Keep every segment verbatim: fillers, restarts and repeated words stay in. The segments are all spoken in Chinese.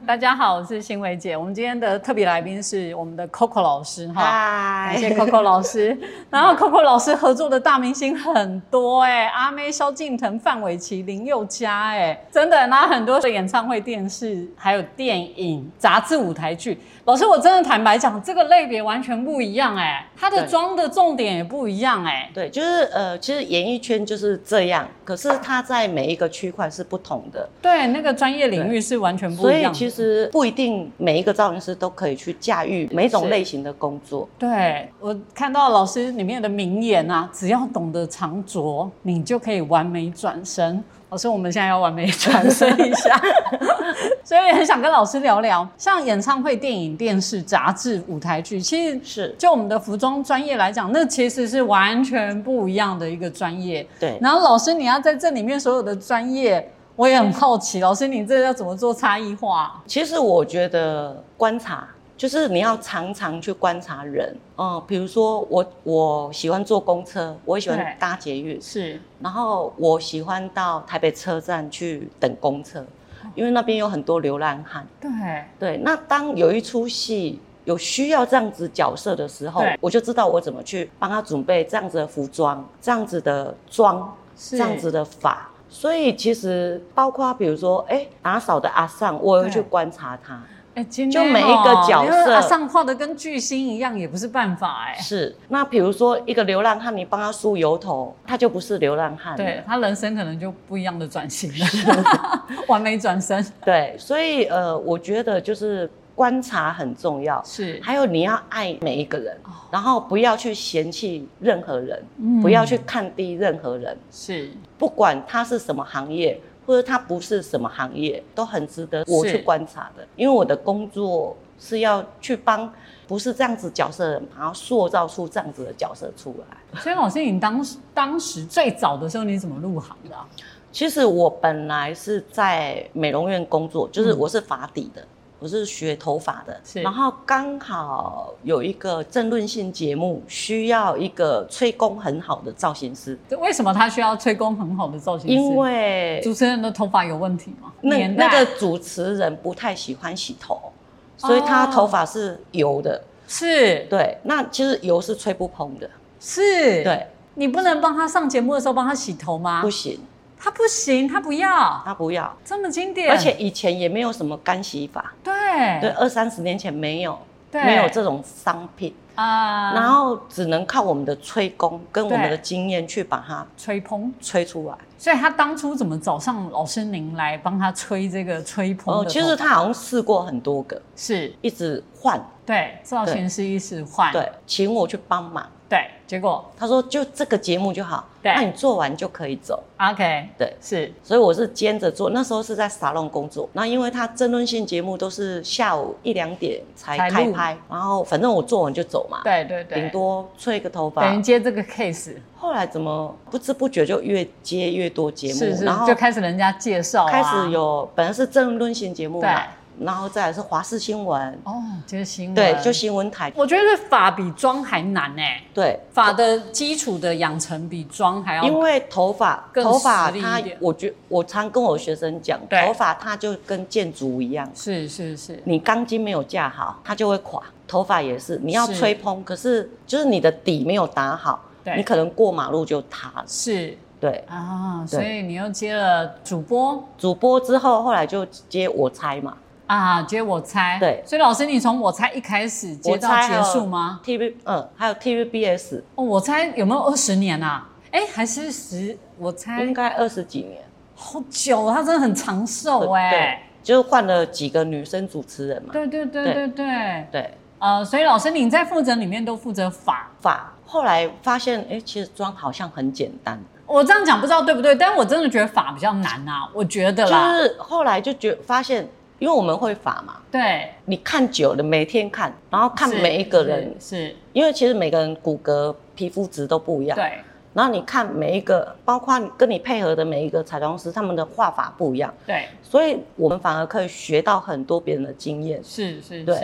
大家好，我是欣薇姐。我们今天的特别来宾是我们的 Coco 老师哈，感谢 Coco 老师。然后 Coco 老师合作的大明星很多哎、欸，阿妹、萧敬腾、范玮琪、林宥嘉哎，真的。然后很多的演唱会、电视，还有电影、杂志、舞台剧。老师，我真的坦白讲，这个类别完全不一样哎、欸，他的妆的重点也不一样哎、欸。 对，就是呃，其实演艺圈就是这样，可是它在每一个区块是不同的。 对，那个专业领域是完全不一样的。 所以其实不一定每一个造型师都可以去驾驭每种类型的工作。 对，我看到老师里面的名言啊，只要懂得藏拙，你就可以完美转身。老师，我们现在要完美转身一下，所以很想跟老师聊聊，像演唱会、电影、电视、杂志、舞台剧，其实是就我们的服装专业来讲，那其实是完全不一样的一个专业。 对， 然后老师你要在这里面所有的专业，我也很好奇，老师你这要怎么做差异化？ 其实我觉得观察。就是你要常常去观察人，嗯，比如说我我喜欢坐公车，我也喜欢搭捷运， 是， 然后我喜欢到台北车站去等公车，因为那边有很多流浪汉。 对对，那当有一出戏有需要这样子角色的时候，我就知道我怎么去帮他准备这样子的服装、这样子的妆、这样子的发。所以其实包括比如说，哎，打扫的阿桑，我也会去观察他。 欸、今天就每一个角色， 阿尚画的跟巨星一样，也不是办法哎、欸。 是，那比如说一个流浪汉，你帮他梳油头，他就不是流浪汉了， 对他人生可能就不一样的转型了，完美转身。 对，所以呃，我觉得就是观察很重要， 是， 还有你要爱每一个人，哦、然后不要去嫌弃任何人， 嗯、 不要去看低任何人， 是， 不管他是什么行业。或者他不是什么行业，都很值得我去观察的，因为我的工作是要去帮不是这样子角色的人，然后塑造出这样子的角色出来。 所以老师，你当时当时最早的时候，你怎么入行的、啊？ 其实我本来是在美容院工作，就是我是发底的。嗯，我是学头发的，然后刚好有一个政论性节目需要一个吹功很好的造型师。 为什么他需要吹功很好的造型师？ 因为主持人的头发有问题吗？ 那那个主持人不太喜欢洗头，所以他头发是油的。哦、 是， 对，那其实油是吹不蓬的。 是， 对， 你不能帮他上节目的时候帮他洗头吗？ 不行。 他不行，他不要， 他不要， 这么经典， 而且以前也没有什么干洗法， 对， 对，二三十年前没有， 对， 没有这种商品啊， 然后只能靠我们的吹功跟我们的经验去把它吹蓬吹出来。 所以他当初怎么找上老师您来帮他吹这个吹蓬的？ 哦，其实他好像试过很多个， 是一直换， 对，造型师一直换， 对，请我去帮忙。 对，结果他说就这个节目就好，那你做完就可以走。 OK， 对， 是， 所以我是兼着做。那时候是在沙龙工作，那因为他争论性节目都是下午一两点才开拍，然后反正我做完就走嘛。 对对对， 顶多吹个头发。 等于接这个 case。 后来怎么不知不觉就越接越多节目， 是是， 然后就开始人家介绍、啊， 开始有本来是争论性节目嘛。 对。 然后再来是华视新闻哦，就是新闻， 对，就新闻台。 我觉得发比妆还难哎、欸， 对， 发的基础的养成比妆还要， 因为头发，头发它，我觉我常跟我学生讲，头发它就跟建筑一样， 是是是， 你钢筋没有架好，它就会垮。头发也是，你要吹蓬，可是就是你的底没有打好，你可能过马路就塌了。 是。 对啊，所以你又接了主播， 主播之后，后来就接我猜嘛。 啊，接我猜， 对， 所以老师，你从我猜一开始接到结束吗 ？T V， 嗯，还有 T V B S。 哦，我猜有没有二十年啊？哎，还是十？我猜应该二十几年， 好久，他真的很长寿哎、欸。 对，就是换了几个女生主持人嘛。 对对对对对对。 对， 呃，所以老师你在负责里面都负责发发，后来发现，哎，其实妆好像很简单。 我这样讲不知道对不对，但我真的觉得发比较难啊，我觉得啦。 就是后来就觉发现。因为我们会发嘛， 对， 你看久了，每天看，然后看每一个人， 是，是因为其实每个人骨骼、皮肤质都不一样， 对， 然后你看每一个，包括跟你配合的每一个彩妆师，他们的画法不一样， 对， 所以我们反而可以学到很多别人的经验， 是是， 对。 是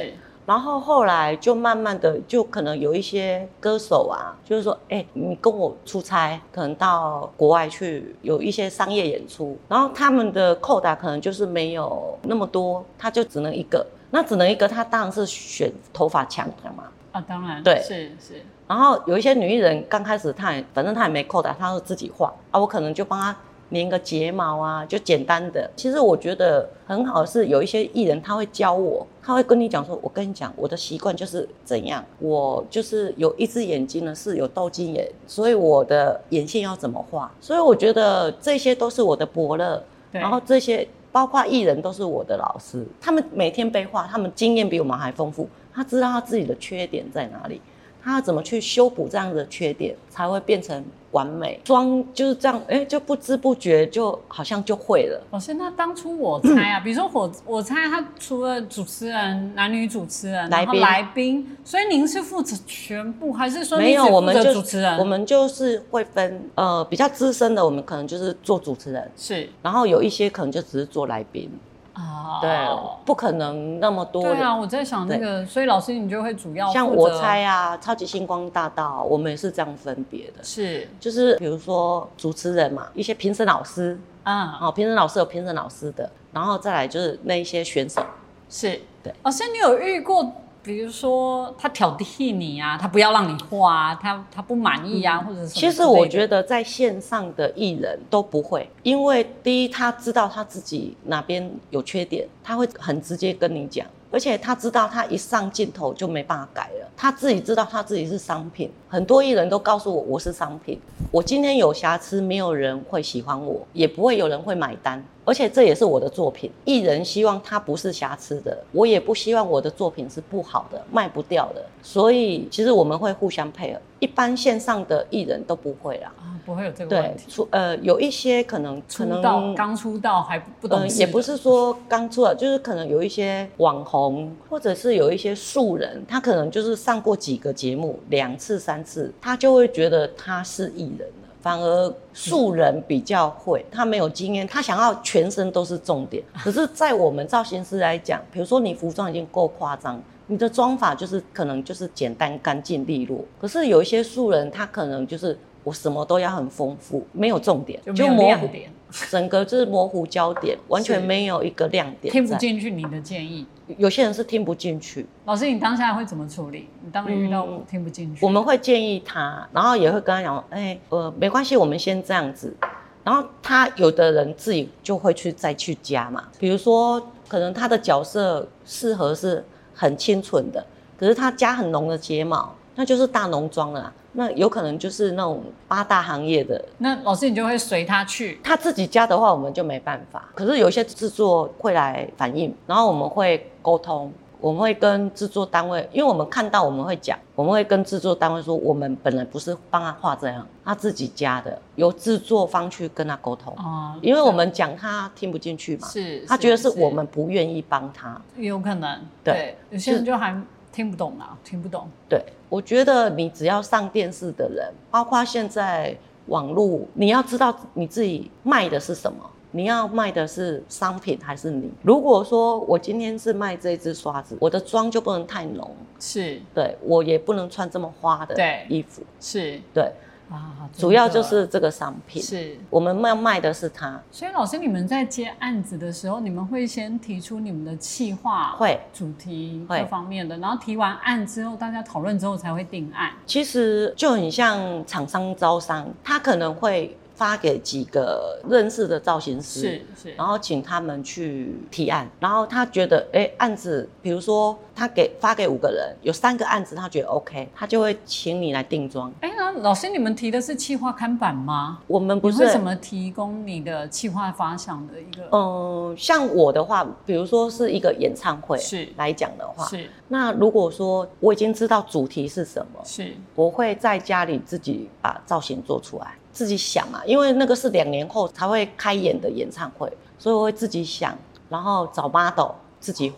然后后来就慢慢的，就可能有一些歌手啊，就是说，哎、欸，你跟我出差，可能到国外去有一些商业演出，然后他们的扣打可能就是没有那么多，他就只能一个，那只能一个，他当然是选头发强的嘛。 啊，当然， 对， 是是。 然后有一些女艺人刚开始她也反正她也没扣打，她就自己画啊，我可能就帮她粘个睫毛啊，就简单的。其实我觉得很好的是有一些艺人他会教我，他会跟你讲说，我跟你讲我的习惯就是怎样，我就是有一只眼睛呢是有斗鸡眼，所以我的眼线要怎么画，所以我觉得这些都是我的伯乐，然后这些包括艺人都是我的老师，他们每天被画，他们经验比我们还丰富，他知道他自己的缺点在哪里，他要怎么去修补这样的缺点，才会变成完美。妆就是这样，哎，就不知不觉就好像就会了。 老师，那当初我猜啊，比如说我我猜他除了主持人、男女主持人，然后来宾，所以您是负责全部，还是说你只负责主持人？ 我们就是会分，呃，比较资深的，我们可能就是做主持人， 是， 然后有一些可能就只是做来宾。 哦， 对，不可能那么多。 对啊，我在想那个，所以老师你就会主要像我猜啊，超级星光大道，我们也是这样分别的。 是， 就是比如说主持人嘛，一些评审老师啊，哦，评审老师有评审老师的，然后再来就是那一些选手。 是， 对。 老师，你有遇过？比如说他挑剔你啊，他不要让你画啊，他他不满意啊，嗯、或者什么。 其实我觉得在线上的艺人都不会，因为第一他知道他自己哪边有缺点，他会很直接跟你讲，而且他知道他一上镜头就没办法改了，他自己知道他自己是商品。很多艺人都告诉我，我是商品，我今天有瑕疵，没有人会喜欢我，也不会有人会买单。而且这也是我的作品，艺人希望它不是瑕疵的，我也不希望我的作品是不好的、卖不掉的，所以其实我们会互相配合。一般线上的艺人都不会啦， 啊，不会有这个问题。 对，出呃有一些可能可能刚出道还不懂事、 呃，也不是说刚出道，就是可能有一些网红，或者是有一些素人，他可能就是上过几个节目，两次三次，他就会觉得他是艺人了。反而素人比较会，他没有经验，他想要全身都是重点。可是，在我们造型师来讲，比如说你服装已经够夸张，你的妆法就是可能就是简单、干净、利落。可是有一些素人，他可能就是我什么都要很丰富，没有重点， 就没有亮点， 整个就是模糊焦点，完全没有一个亮点。 听不进去你的建议。 有些人是听不进去。 老师，你当下会怎么处理？你当你遇到听不进去、嗯， 我们会建议他，然后也会跟他讲，哎、欸，呃，没关系，我们先这样子。然后他有的人自己就会去再去加嘛，比如说可能他的角色适合是很清纯的，可是他加很浓的睫毛，那就是大浓妆了啦。那有可能就是那种八大行业的， 那老师你就会随他去。 他自己加的话，我们就没办法。可是有一些制作会来反映，然后我们会沟通，我们会跟制作单位，因为我们看到我们会讲，我们会跟制作单位说，我们本来不是帮他画这样，他自己加的，由制作方去跟他沟通。哦，因为我们讲他听不进去嘛， 是， 他觉得是我们不愿意帮他， 有可能。 对， 对，有些人就还听不懂啊，听不懂。 对，我觉得你只要上电视的人，包括现在网络，你要知道你自己卖的是什么，你要卖的是商品还是你？如果说我今天是卖这支刷子，我的妆就不能太浓， 是， 对，我也不能穿这么花的衣服， 是， 对。啊，主要就是这个商品， 是我们卖卖的是它。 所以老师，你们在接案子的时候，你们会先提出你们的企划、 会主题各方面的，然后提完案之后，大家讨论之后才会定案。 其实就很像厂商招商，他可能会发给几个认识的造型师， 是是， 然后请他们去提案，然后他觉得，哎，案子，比如说他给发给五个人，有三个案子他觉得 OK， 他就会请你来定妆。 哎，那老师，你们提的是企划看板吗？ 我们不是。 你会怎么提供你的企划发想的一个？ 嗯，像我的话，比如说是一个演唱会是来讲的话， 是。 那如果说我已经知道主题是什么， 是， 我会在家里自己把造型做出来。自己想嘛，因为那个是两年后才会开演的演唱会，所以我会自己想，然后找 model 自己画，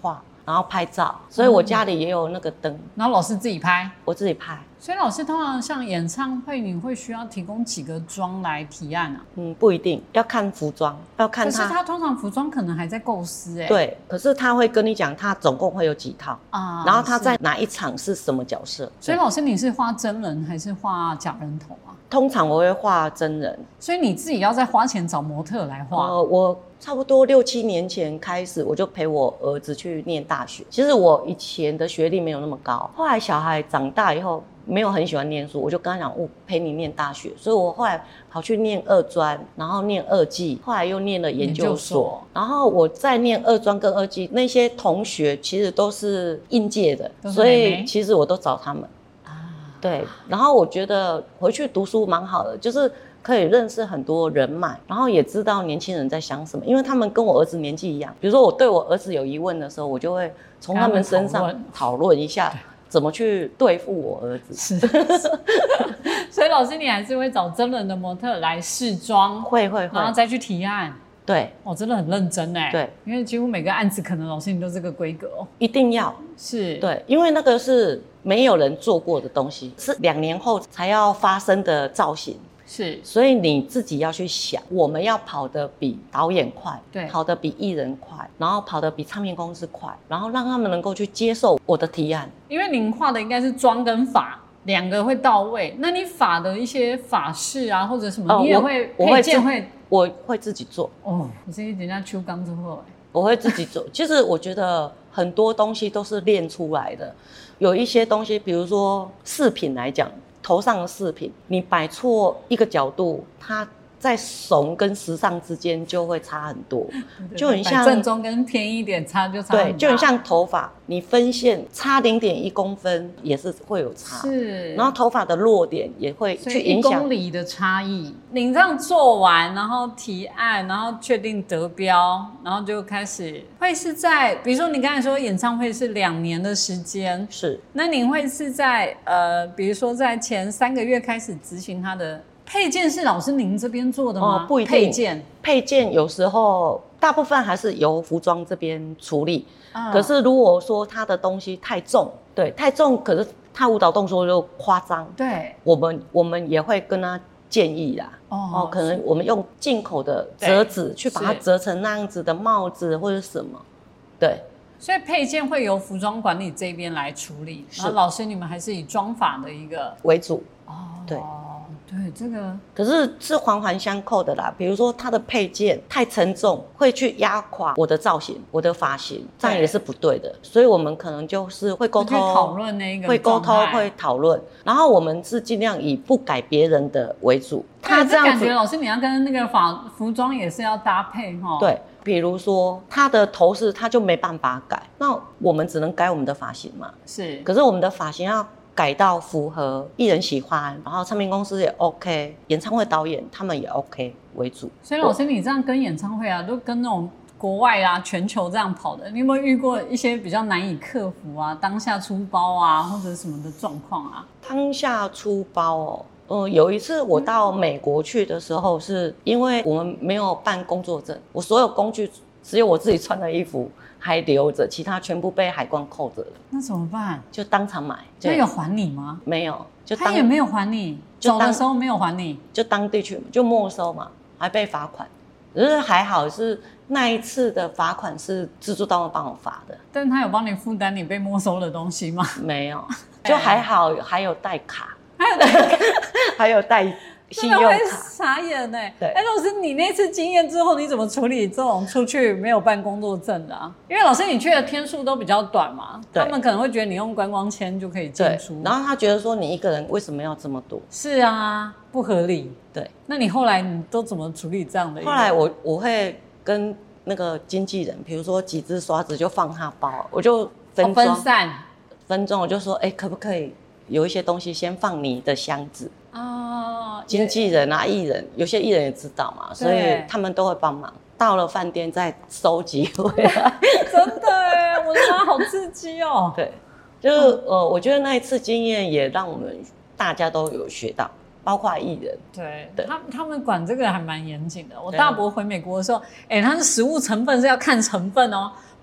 然后拍照，所以我家里也有那个灯， 然后老师自己拍， 我自己拍。 所以老师通常像演唱会，你会需要提供几个妆来提案啊？ 嗯，不一定，要看服装，要看他。 可是他通常服装可能还在构思哎、欸。 对，可是他会跟你讲，他总共会有几套啊，然后他在哪一场是什么角色。 所以老师，你是画真人还是画假人头啊？ 通常我会画真人， 所以你自己要再花钱找模特来画。 呃，我差不多六七年前开始，我就陪我儿子去念大学。其实我以前的学历没有那么高，后来小孩长大以后没有很喜欢念书，我就跟他讲，我陪你念大学。所以我后来跑去念二专，然后念二技，后来又念了研究所。然后我在念二专跟二技，那些同学其实都是应届的，所以其实我都找他们。对，然后我觉得回去读书蛮好的，就是可以认识很多人脉，然后也知道年轻人在想什么，因为他们跟我儿子年纪一样。比如说我对我儿子有疑问的时候，我就会从他们身上讨论一下怎么去对付我儿子。是， 所以老师你还是会找真人的模特来试妆， 会会会， 然后再去提案。对，我、哦、真的很认真哎。 对， 因为几乎每个案子可能老师你都这个规格哦。 一定要是， 对，因为那个是没有人做过的东西，是两年后才要发生的造型。是，所以你自己要去想，我们要跑得比导演快，对，跑得比艺人快，然后跑得比唱片公司快，然后让他们能够去接受我的提案。 因为您画的应该是妆跟发。两个会到位，那你发的一些发饰啊，或者什么，哦、你也会配件会， 我会自己做。 哦，你是人家秋刚之后哎， 我会自己做。其实我觉得很多东西都是练出来的，有一些东西，比如说饰品来讲，头上的饰品，你摆错一个角度，它在怂跟时尚之间就会差很多，就很像正宗跟偏一点差就差很大。 对，就很像头发，你分线差零点一公分也是会有差，是。然后头发的落点也会去影响一公里的差异。您这样做完，然后提案，然后确定得标，然后就开始会是在，比如说你刚才说演唱会是两年的时间，是。那您会是在呃，比如说在前三个月开始执行它的。配件是老师您这边做的吗？ 哦，不一定。 配件， 配件有时候大部分还是由服装这边处理。嗯、可是如果说他的东西太重，对，太重，可是他舞蹈动作又夸张，对，我们我们也会跟他建议啦。哦, 哦，可能我们用进口的折纸去把它折成那样子的帽子或者什么，对。 所以配件会由服装管理这边来处理，然后老师你们还是以妆法的一个为主。 哦， 对。 对，这个可是是环环相扣的啦。比如说它的配件太沉重，会去压垮我的造型、我的发型，这样也是不对的。所以我们可能就是会沟通、 讨论那个， 会沟通、会讨论。然后我们是尽量以不改别人的为主。 他这样子，感觉老师你要跟那个法服装也是要搭配哈。 对，比如说他的头饰，他就没办法改，那我们只能改我们的发型嘛。是，可是我们的发型要改到符合艺人喜欢，然后唱片公司也 OK， 演唱会导演他们也 OK 为主。 所以老师，你这样跟演唱会啊，都跟那种国外啊、全球这样跑的，你有没有遇过一些比较难以克服啊、当下出包啊或者什么的状况啊？ 当下出包哦，呃，有一次我到美国去的时候，是因为我们没有办工作证，我所有工具只有我自己穿的衣服还留着，其他全部被海关扣着了。 那怎么办？ 就当场买。 那有还你吗？ 没有，就他也没有还你，走的时候没有还你， 就当地去就没收嘛，还被罚款。可是还好是那一次的罚款是制作单位帮我罚的。 但是他有帮你负担你被没收的东西吗？ 没有，就还好，还有带卡，还有带卡，还有带。信用卡， 傻眼哎、欸！对，哎，老师，你那次经验之后，你怎么处理这种出去没有办工作证的啊？因为老师你去的天数都比较短嘛，他们可能会觉得你用观光签就可以进出， 然后他觉得说你一个人为什么要这么多？ 是啊，不合理。 对， 那你后来你都怎么处理这样的？ 后来我我会跟那个经纪人，比如说几支刷子就放他包，我就分装、哦、 分散分装，我就说，哎，可不可以有一些东西先放你的箱子？哦，经纪人啊，艺人，有些艺人也知道嘛，所以他们都会帮忙。到了饭店再收集回来， 真的哎，我的妈，好刺激哦！ 对，就是呃，我觉得那一次经验也让我们大家都有学到，包括艺人。 对，对他他们管这个还蛮严谨的。我大伯回美国的时候，哎，他的食物成分是要看成分哦。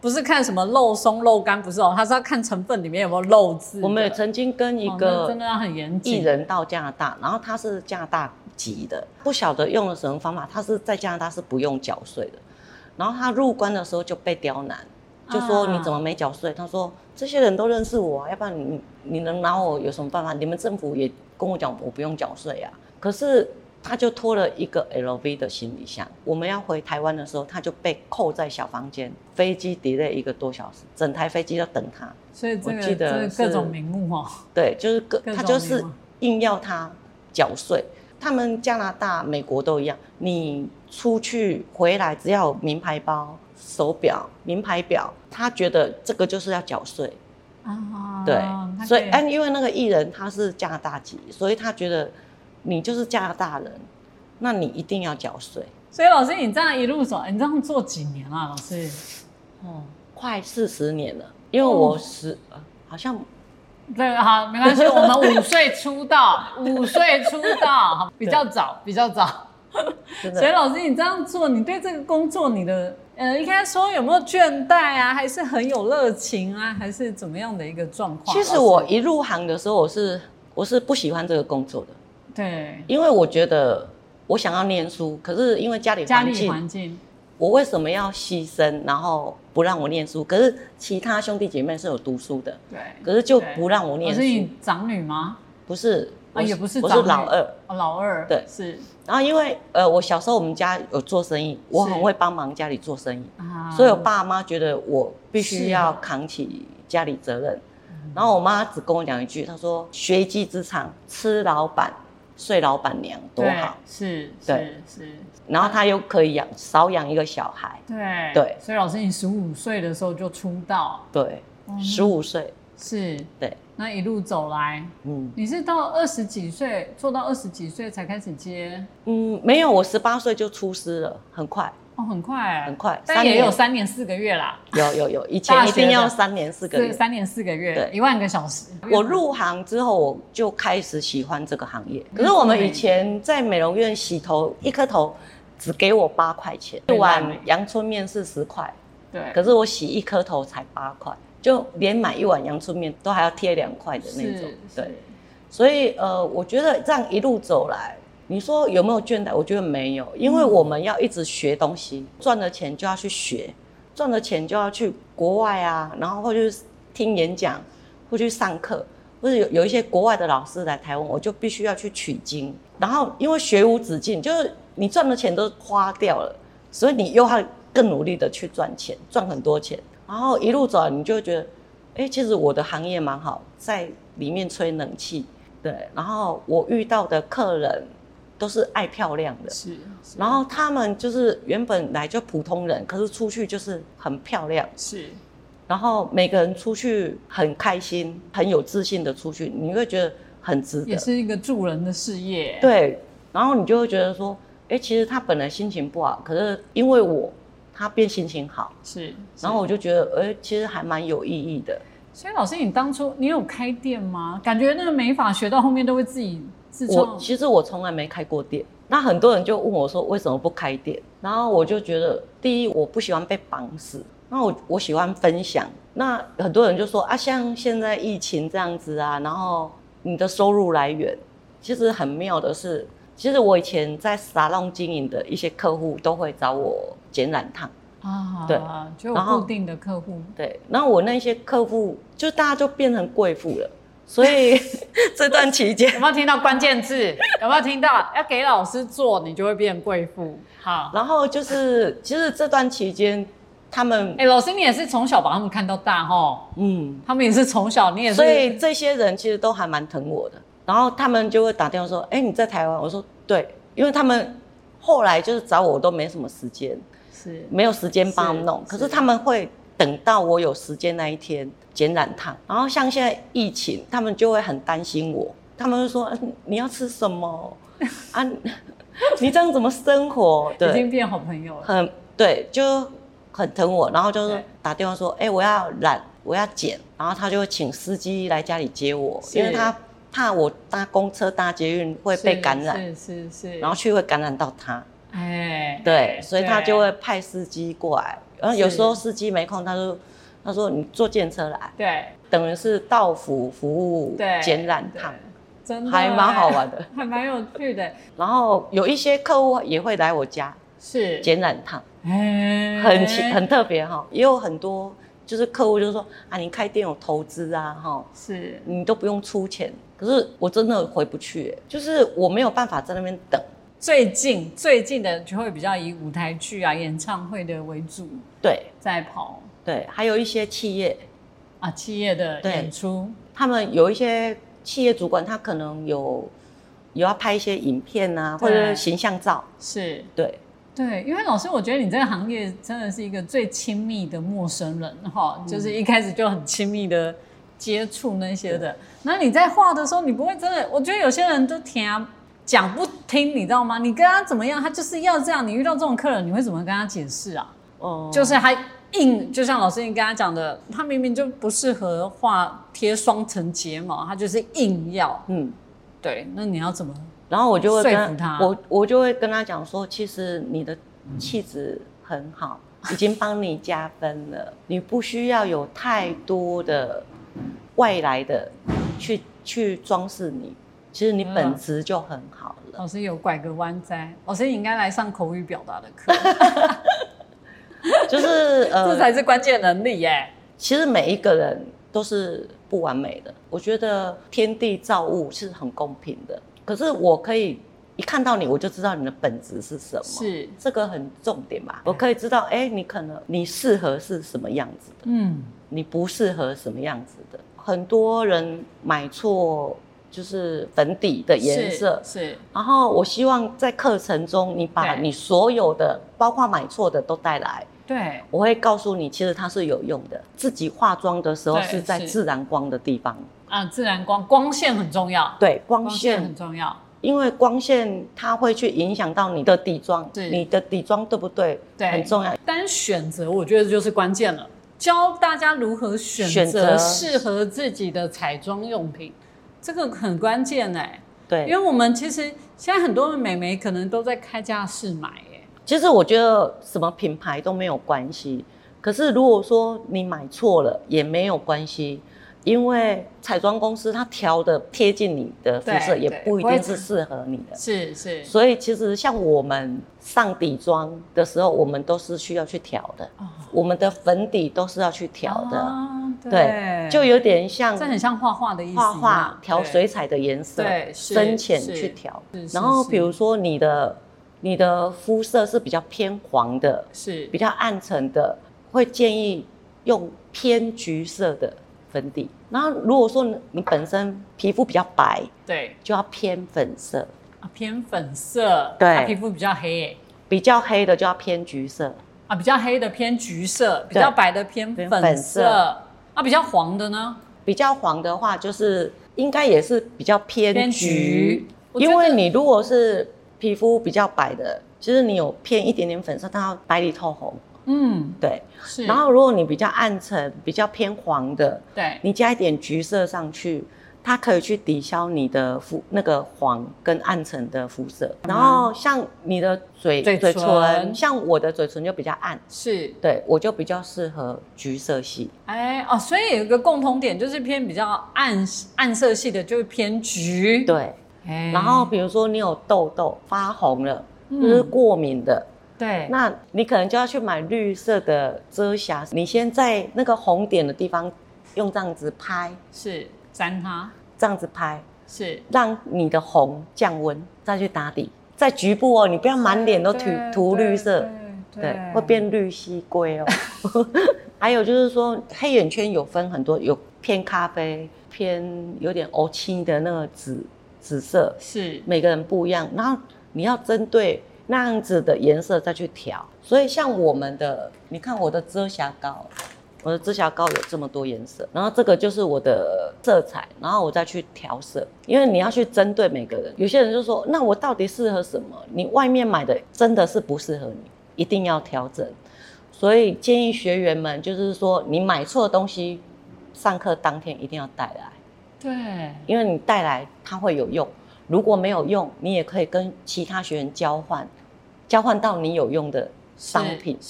不是看什么肉松肉干，不是哦，他是要看成分里面有没有肉字。 我们也曾经跟一个真的要很严谨艺人到加拿大，然后他是加拿大籍的，不晓得用了什么方法，他是在加拿大是不用缴税的，然后他入关的时候就被刁难，就说你怎么没缴税？他说这些人都认识我啊，要不然你你能拿我有什么办法？你们政府也跟我讲我不用缴税啊，可是。他就拖了一个 L V 的行李箱，我们要回台湾的时候，他就被扣在小房间，飞机 delay 一个多小时，整台飞机要等他。 所以这个我记得各种名目哦。 对，就是各他就是硬要他缴税。他们加拿大、美国都一样，你出去回来只要有名牌包、手表、名牌表，他觉得这个就是要缴税。啊，对，所以，因为那个艺人他是加拿大籍，所以他觉得。你就是加拿大人，那你一定要缴税。 所以老师，你这样一路走，你这样做几年了、啊？老师， 哦，快四十年了。因为我十、哦呃、好像， 对，好，没关系。我们五岁出道，五岁出道，比较早，比较早。所以老师，你这样做，你对这个工作，你的呃，应该说有没有倦怠啊？还是很有热情啊？还是怎么样的一个状况？ 其实我一入行的时候，我是我是不喜欢这个工作的。 对， 因为我觉得我想要念书，可是因为家里环境，家里环境，我为什么要牺牲，然后不让我念书？可是其他兄弟姐妹是有读书的，对，可是就不让我念书。 是你长女吗？ 不是， 啊，也不是， 我是老二， 哦，老二， 对， 是。 然后因为呃，我小时候我们家有做生意，我很会帮忙家里做生意，所以我爸妈觉得我必须要扛起家里责任。然后我妈只跟我讲一句，她说：“学一技之长，吃老板。”睡老板娘多好， 是，是是， 然后他又可以养少养一个小孩， 对对， 所以老师你十五岁的时候就出道， 对，十五岁是， 对， 那一路走来，嗯，你是到二十几岁做到二十几岁才开始接？ 嗯，没有，我十八岁就出师了，很快。 哦，很快， 很快， 但也有三年四个月啦。 有有有，以前一定要三年四个月， 三年四个月，对，一万个小时。 我入行之后，我就开始喜欢这个行业。可是我们以前在美容院洗头，一颗头只给我八块钱，一碗阳春面是十块，对。可是我洗一颗头才八块，就连买一碗阳春面都还要贴两块的那种，对。所以呃，我觉得这样一路走来。你说有没有倦怠？我觉得没有，因为我们要一直学东西，赚了钱就要去学，赚了钱就要去国外啊，然后或者听演讲，或去上课，或者有有一些国外的老师来台湾，我就必须要去取经。然后因为学无止境，就是你赚的钱都花掉了，所以你又要更努力的去赚钱，赚很多钱。然后一路走来，你就会觉得，哎、欸，其实我的行业蛮好，在里面吹冷气，对。然后我遇到的客人。都是爱漂亮的，是，是，然后他们就是原本来就普通人，可是出去就是很漂亮，是，然后每个人出去很开心，很有自信的出去，你会觉得很值得， 也是一个助人的事业， 对，然后你就会觉得说，哎，其实他本来心情不好，可是因为我，他变心情好，是，然后我就觉得，哎，其实还蛮有意义的。 所以老师，你当初你有开店吗？感觉那个美发学到后面都会自己。 我其实我从来没开过店，那很多人就问我说为什么不开店，然后我就觉得第一我不喜欢被绑死，那我我喜欢分享，那很多人就说啊，像现在疫情这样子啊，然后你的收入来源，其实很妙的是，其实我以前在沙龙经营的一些客户都会找我剪染烫啊，对，就有固定的客户， 对，然后我那些客户就大家就变成贵妇了。所以这段期间有没有听到关键字？有没有听到？要给老师做，你就会变贵妇。好， 然后就是其实这段期间，他们哎、欸，老师你也是从小把他们看到大齁，嗯，他们也是从小，你也是， 所以这些人其实都还蛮疼我的。然后他们就会打电话说：“哎、欸，你在台湾？”我说：“对。”因为他们后来就是找我，我都没什么时间，是没有时间帮他们弄。可是他们会等到我有时间那一天。剪染烫，然后像现在疫情，他们就会很担心我，他们就说、啊、你要吃什么啊？你这样怎么生活？对， 已经变好朋友了。 很对，就很疼我，然后就是打电话说，哎、欸，我要染，我要剪，然后他就会请司机来家里接我，因为他怕我搭公车、搭捷运会被感染，是是是，然后去会感染到他。哎，对，所以他就会派司机过来， 然后有时候司机没空，他说他说你坐计程车来， 对， 等于是到府服务剪染烫， 真的还蛮好玩的， 还蛮有趣的。 然后有一些客户也会来我家是剪染烫，很很特别哈，也有很多就是客户就是说啊，你开店有投资啊哈，是你都不用出钱，可是我真的回不去，就是我没有办法在那边等。 最近最近的就会比较以舞台剧啊、演唱会的为主， 对， 在跑， 对，还有一些企业啊，企业的演出， 他们有一些企业主管，他可能有有要拍一些影片啊，或者形象照， 是， 对。 对，因为老师，我觉得你这个行业真的是一个最亲密的陌生人哈，嗯、就是一开始就很亲密的接触那些的。那你在画的时候，你不会真的，我觉得有些人都听讲不听，你知道吗？你跟他怎么样，他就是要这样。你遇到这种客人，你会怎么跟他解释啊？哦，就是他硬，就像老师你跟他讲的，他明明就不适合画贴双层睫毛，他就是硬要。嗯，对，那你要怎么？ 然后我就会跟他，他我我就会跟他讲说，其实你的气质很好，已经帮你加分了，你不需要有太多的外来的去去装饰你，其实你本质就很好了。 老师有拐个弯在，老师你应该来上口语表达的课， 就是呃， 这才是关键能力耶。 其实每一个人都是不完美的，我觉得天地造物是很公平的。可是我可以一看到你，我就知道你的本质是什么，是这个很重点吧？我可以知道，哎、欸，你可能你适合是什么样子的，嗯，你不适合什么样子的。很多人买错就是粉底的颜色，是，是然后我希望在课程中，你把你所有的，包括买错的都带来。对，我会告诉你，其实它是有用的。自己化妆的时候是在自然光的地方啊，自然光，光线很重要。 对，光线, 光线很重要， 因为光线它会去影响到你的底妆，你的底妆对不对？对，很重要。 单选择，我觉得就是关键了。教大家如何选择适合自己的彩妆用品，这个很关键哎。对，因为我们其实现在很多的美眉可能都在开架式买。 其实我觉得什么品牌都没有关系，可是如果说你买错了也没有关系，因为彩妆公司它调的贴近你的肤色也不一定是适合你的，是是。所以其实像我们上底妆的时候，我们都是需要去调的，哦、我们的粉底都是要去调的，哦、对, 对，就有点像， 这很像画画的意思， 画画调水彩的颜色，对，深浅去调。然后比如说你的。你的肤色是比较偏黄的，是比较暗沉的，会建议用偏橘色的粉底。然后如果说你本身皮肤比较白，对，就要偏粉色啊，偏粉色，对，啊、皮肤比较黑耶， 比较黑的就要偏橘色啊，比较黑的偏橘色，比较白的偏粉色啊，比较黄的呢？ 比较黄的话，就是应该也是比较偏橘，偏橘因为你如果是皮肤比较白的，其实你有偏一点点粉色，它要白里透红。嗯，对。是。然后如果你比较暗沉、比较偏黄的，对，你加一点橘色上去，它可以去抵消你的肤那个黄跟暗沉的肤色。嗯、然后像你的嘴嘴 唇, 嘴唇，像我的嘴唇就比较暗，是，对我就比较适合橘色系。 哎哦，所以有一个共同点就是偏比较暗暗色系的，就是偏橘。 对。然后比如说你有痘痘发红了，嗯、就是过敏的，对，那你可能就要去买绿色的遮瑕。你先在那个红点的地方用这样子拍，是沾它， 这样子拍，是让你的红降温，再去打底。在局部哦，你不要满脸都涂涂绿色，对，对对对会变绿蜥龟哦。还有就是说黑眼圈有分很多，有偏咖啡、偏有点欧青的那个紫。紫色是每个人不一样，然后你要针对那样子的颜色再去调。所以像我们的，你看我的遮瑕膏，我的遮瑕膏有这么多颜色，然后这个就是我的色彩，然后我再去调色。因为你要去针对每个人，有些人就说，那我到底适合什么？你外面买的真的是不适合你，一定要调整。所以建议学员们，就是说你买错的东西，上课当天一定要带来。对，因为你带来它会有用，如果没有用，你也可以跟其他学员交换，交换到你有用的商品。是，是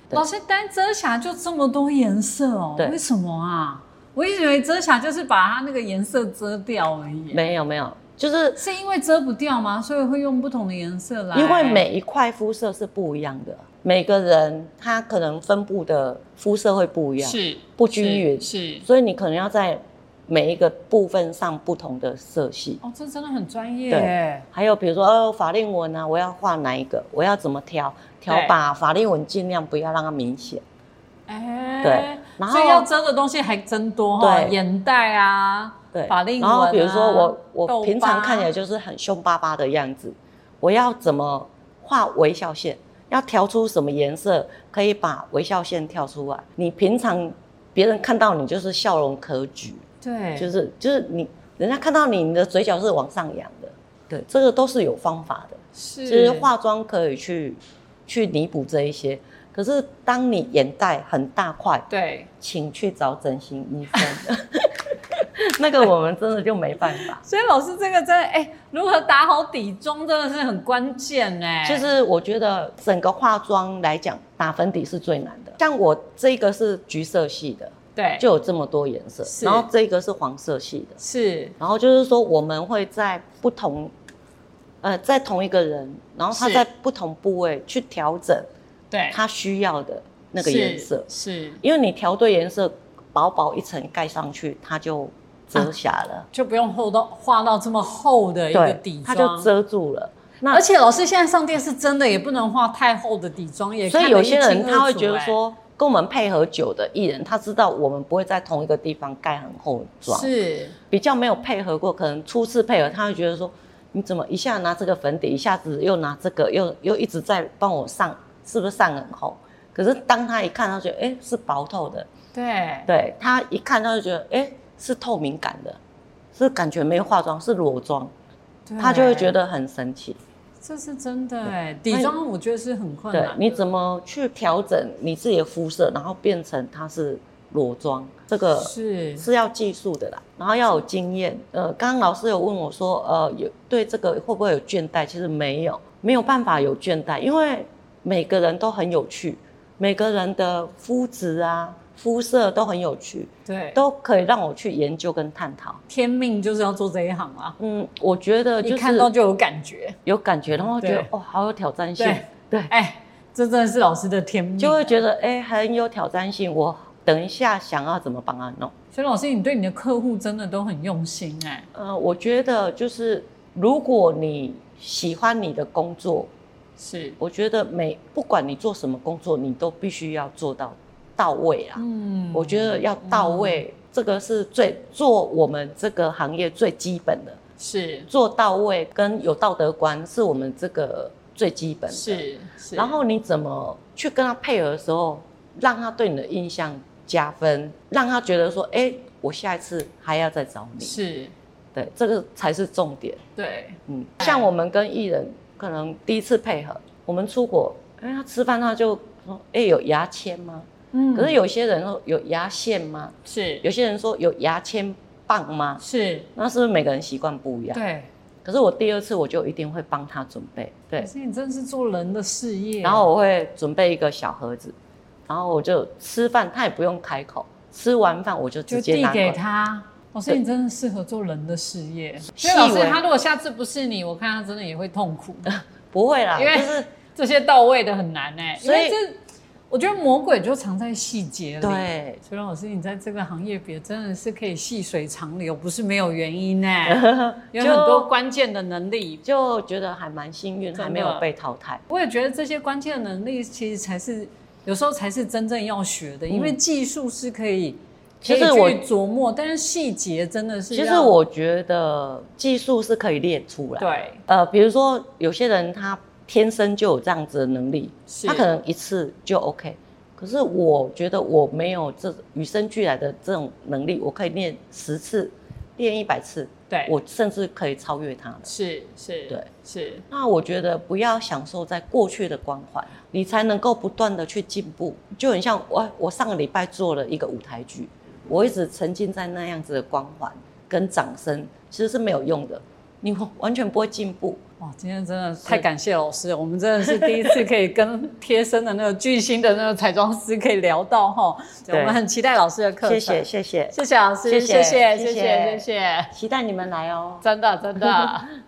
老师，但遮瑕就这么多颜色哦？为什么啊？我一直以为遮瑕就是把它那个颜色遮掉而已。 没有没有，就是是因为遮不掉吗？所以会用不同的颜色来？ 因为每一块肤色是不一样的，每个人他可能分布的肤色会不一样， 是不均匀， 是， 所以你可能要在每一个部分上不同的色系。 哦，这真的很专业。 对，还有比如说哦，法令纹啊，我要画哪一个？我要怎么挑？挑把法令纹尽量不要让它明显。 哎， 对，然后所以要遮的东西还真多哈，眼袋啊，对，法令纹、啊， 然后比如说我我平常看起来就是很凶巴巴的样子，我要怎么画微笑线？要调出什么颜色可以把微笑线跳出来？你平常别人看到你就是笑容可掬， 对， 就是就是你人家看到你，你的嘴角是往上扬的，对，这个都是有方法的， 是， 就是化妆可以去去弥补这一些。可是当你眼袋很大块， 对， 请去找整形医生。那个我们真的就没办法。 所以老师这个真的，哎、欸，如何打好底妆真的是很关键哎。 就是我觉得整个化妆来讲，打粉底是最难的。像我这个是橘色系的， 对， 就有这么多颜色。然后这个是黄色系的， 是。 然后就是说我们会在不同，呃，在同一个人，然后他在不同部位去调整。对，他需要的那个颜色是, 是， 因为你调对颜色，薄薄一层盖上去，它就遮瑕了，啊、 就不用厚到画到这么厚的一个底妆， 它就遮住了。 那而且老师现在上电视真的也不能画太厚的底妆，也所以有些人他会觉得说，跟我们配合久的艺人，他知道我们不会在同一个地方盖很厚的妆，是比较没有配合过，可能初次配合，他会觉得说，你怎么一下拿这个粉底，一下子又拿这个，又又一直在帮我上。是不是上很厚？可是当他一看，他觉得哎、欸、是薄透的，对对，他一看他就觉得哎、欸、是透明感的，是感觉没化妆是裸妆，他就会觉得很神奇。 这是真的哎，底妆我觉得是很困难的。 对，你怎么去调整你自己的肤色，然后变成它是裸妆？这个是是要技术的啦，然后要有经验。呃，刚刚老师有问我说，呃，有对这个会不会有倦怠？其实没有，没有办法有倦怠，因为每个人都很有趣，每个人的肤质啊、肤色都很有趣，对，都可以让我去研究跟探讨。 天命就是要做这一行啊。 嗯，我觉得就是一看到就有感觉，有感觉，然后觉得哦，好有挑战性。对， 对，哎、欸，这真的是老师的天命， 就会觉得哎、欸，很有挑战性。我等一下想要怎么帮他弄。 所以老师，你对你的客户真的都很用心哎、 欸。呃，我觉得就是如果你喜欢你的工作。是，我觉得每不管你做什么工作，你都必须要做到到位啊。嗯，我觉得要到位，嗯、这个是最做我们这个行业最基本的。是，做到位跟有道德观是我们这个最基本的。是，是。然后你怎么去跟他配合的时候，让他对你的印象加分，让他觉得说，哎、欸，我下一次还要再找你。是，对，这个才是重点。对，嗯，像我们跟艺人。可能第一次配合，我们出国，哎，他吃饭他就说，哎，有牙签吗？嗯，可是有些人说有牙线吗？是，有些人说有牙签棒吗？是，那是不是每个人习惯不一样？对。可是我第二次我就一定会帮他准备，对。 可是你真是做人的事业。 然后我会准备一个小盒子，然后我就吃饭，他也不用开口，吃完饭我就直接拿就递给他。老师，你真的适合做人的事业。所以老师，他如果下次不是你，我看他真的也会痛苦。 不会啦， 因为就是这些到位的很难哎、欸。所以这，我觉得魔鬼就藏在细节里。对，所以老师，你在这个行业别真的是可以细水长流，不是没有原因哎、欸。有很多关键的能力， 就觉得还蛮幸运，还没有被淘汰。 我也觉得这些关键的能力，其实才是有时候才是真正要学的，嗯、因为技术是可以。其实我琢磨，但是细节真的是。 其实我觉得技术是可以练出来。对，呃，比如说有些人他天生就有这样子的能力，他可能一次就 OK。可是我觉得我没有这与生俱来的这种能力，我可以练十次，练一百次，对，我甚至可以超越他了。 是是， 对是。 那我觉得不要享受在过去的光环，你才能够不断的去进步。就很像我，我上个礼拜做了一个舞台剧。我一直沉浸在那样子的光环跟掌声，其实是没有用的。 你完全不会进步。 哇，今天真的太感谢老师了，我们真的是第一次可以跟贴身的那个巨星的那个彩妆师可以聊到哈，我们很期待老师的课程。 谢谢谢谢谢谢老师，谢谢谢谢谢谢， 期待你们来哦， 真的真的。